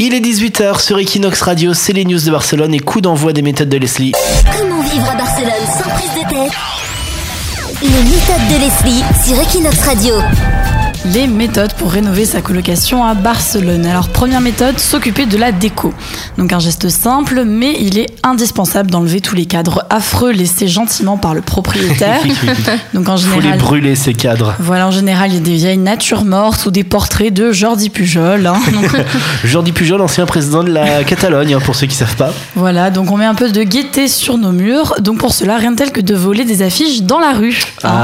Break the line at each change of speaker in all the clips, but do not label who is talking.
Il est 18h sur Equinox Radio, c'est les news de Barcelone et coup d'envoi des méthodes de Leslie.
Comment vivre à Barcelone sans prise de tête? Les méthodes de Leslie sur Equinox Radio.
Les méthodes pour rénover sa colocation à Barcelone. Alors, première méthode, s'occuper de la déco. Donc un geste simple, mais il est indispensable d'enlever tous les cadres affreux laissés gentiment par le propriétaire. Donc en général,
faut les brûler ces cadres.
Voilà, en général, il y a des vieilles natures mortes ou des portraits de Jordi Pujol. Donc...
Jordi Pujol, ancien président de la Catalogne, pour ceux qui savent pas.
Voilà, donc on met un peu de gaieté sur nos murs. Donc pour cela, rien de tel que de voler des affiches dans la rue.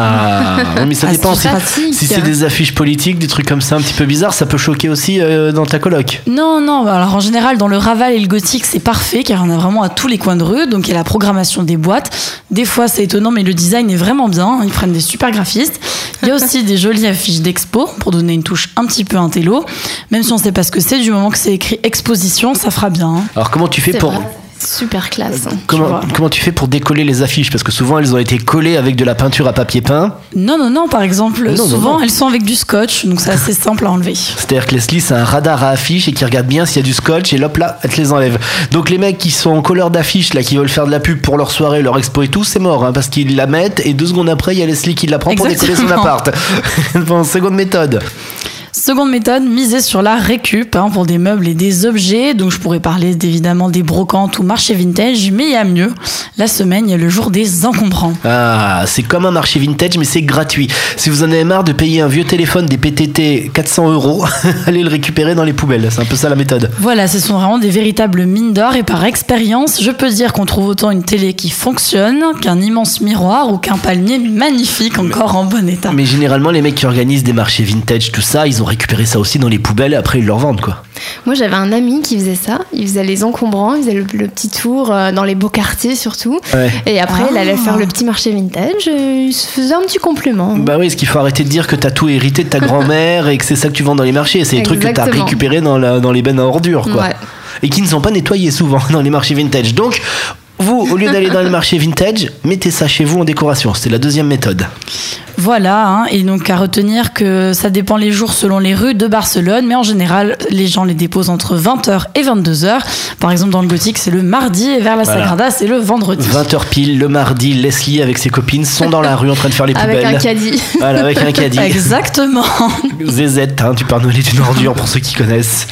Mais ça dépend si c'est des affiches politiques, des trucs comme ça un petit peu bizarres, ça peut choquer aussi dans ta coloc.
Non, alors en général dans le Raval et le Gothique c'est parfait car on a vraiment à tous les coins de rue, donc il y a la programmation des boîtes. Des fois c'est étonnant mais le design est vraiment bien, ils prennent des super graphistes. Il y a aussi des jolies affiches d'expo pour donner une touche un petit peu intello, même si on sait pas ce que c'est, du moment que c'est écrit exposition ça fera bien.
Alors comment tu fais pour...
Super classe.
Comment tu fais pour décoller les affiches? Parce que souvent elles ont été collées avec de la peinture à papier peint.
Non, par exemple, souvent elles sont avec du scotch, donc c'est assez simple à enlever.
C'est-à-dire que Leslie, c'est un radar à affiches et qui regarde bien s'il y a du scotch et hop là, elle te les enlève. Donc les mecs qui sont en colleur d'affiches, là, qui veulent faire de la pub pour leur soirée, leur expo et tout, c'est mort, parce qu'ils la mettent et 2 secondes après, il y a Leslie qui la prend pour décoller son appart. Bon, seconde méthode.
Seconde méthode, miser sur la récup pour des meubles et des objets. Donc je pourrais parler évidemment des brocantes ou marchés vintage, mais il y a mieux. La semaine, il y a le jour des encombrants.
Ah, c'est comme un marché vintage, mais c'est gratuit. Si vous en avez marre de payer un vieux téléphone des PTT 400 €, allez le récupérer dans les poubelles. C'est un peu ça la méthode.
Voilà, ce sont vraiment des véritables mines d'or et par expérience, je peux dire qu'on trouve autant une télé qui fonctionne qu'un immense miroir ou qu'un palmier magnifique encore en bon état.
Mais généralement, les mecs qui organisent des marchés vintage, tout ça, ils ont récupéré ça aussi dans les poubelles et après ils le revendent, quoi.
Moi j'avais un ami qui faisait ça, il faisait les encombrants, il faisait le petit tour dans les beaux quartiers surtout, et après il allait faire le petit marché vintage, il se faisait un petit complément.
Bah oui, parce qu'il faut arrêter de dire que t'as tout hérité de ta grand-mère et que c'est ça que tu vends dans les marchés, c'est les trucs que t'as récupérés dans les bennes à ordures, quoi. Ouais. Et qui ne sont pas nettoyés souvent dans les marchés vintage. Donc vous, au lieu d'aller dans le marché vintage, mettez ça chez vous en décoration. C'était la deuxième méthode.
Voilà, et donc à retenir que ça dépend les jours selon les rues de Barcelone, mais en général, les gens les déposent entre 20h et 22h. Par exemple, dans le Gothique, c'est le mardi, et vers la Sagrada, c'est le vendredi.
20h pile, le mardi, Leslie avec ses copines sont dans la rue en train de faire les poubelles.
Avec un caddie.
Voilà, avec un caddie.
Exactement.
Zézette, du Père Noël est une ordure pour ceux qui connaissent.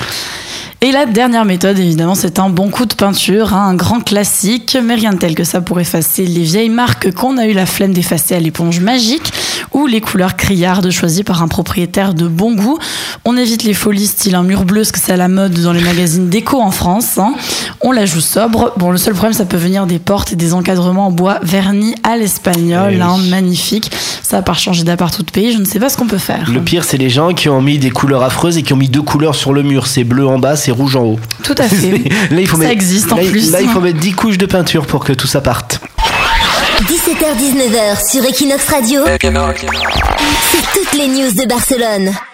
Et la dernière méthode, évidemment, c'est un bon coup de peinture, un grand classique, mais rien de tel que ça pour effacer les vieilles marques qu'on a eu la flemme d'effacer à l'éponge magique ou les couleurs criardes choisies par un propriétaire de bon goût. On évite les folies style un mur bleu, parce que c'est à la mode dans les magazines déco en France. On la joue sobre. Bon, le seul problème, ça peut venir des portes et des encadrements en bois vernis à l'espagnol, magnifique. Ça va pas changer d'appart tout pays, je ne sais pas ce qu'on peut faire.
Le pire, c'est les gens qui ont mis des couleurs affreuses et qui ont mis 2 couleurs sur le mur. C'est bleu en bas, c'est rouge en haut.
Tout à fait.
Là,
ça existe en plus.
Là, il faut mettre 10 couches de peinture pour que tout ça parte.
17h-19h sur Equinox Radio. C'est toutes les news de Barcelone.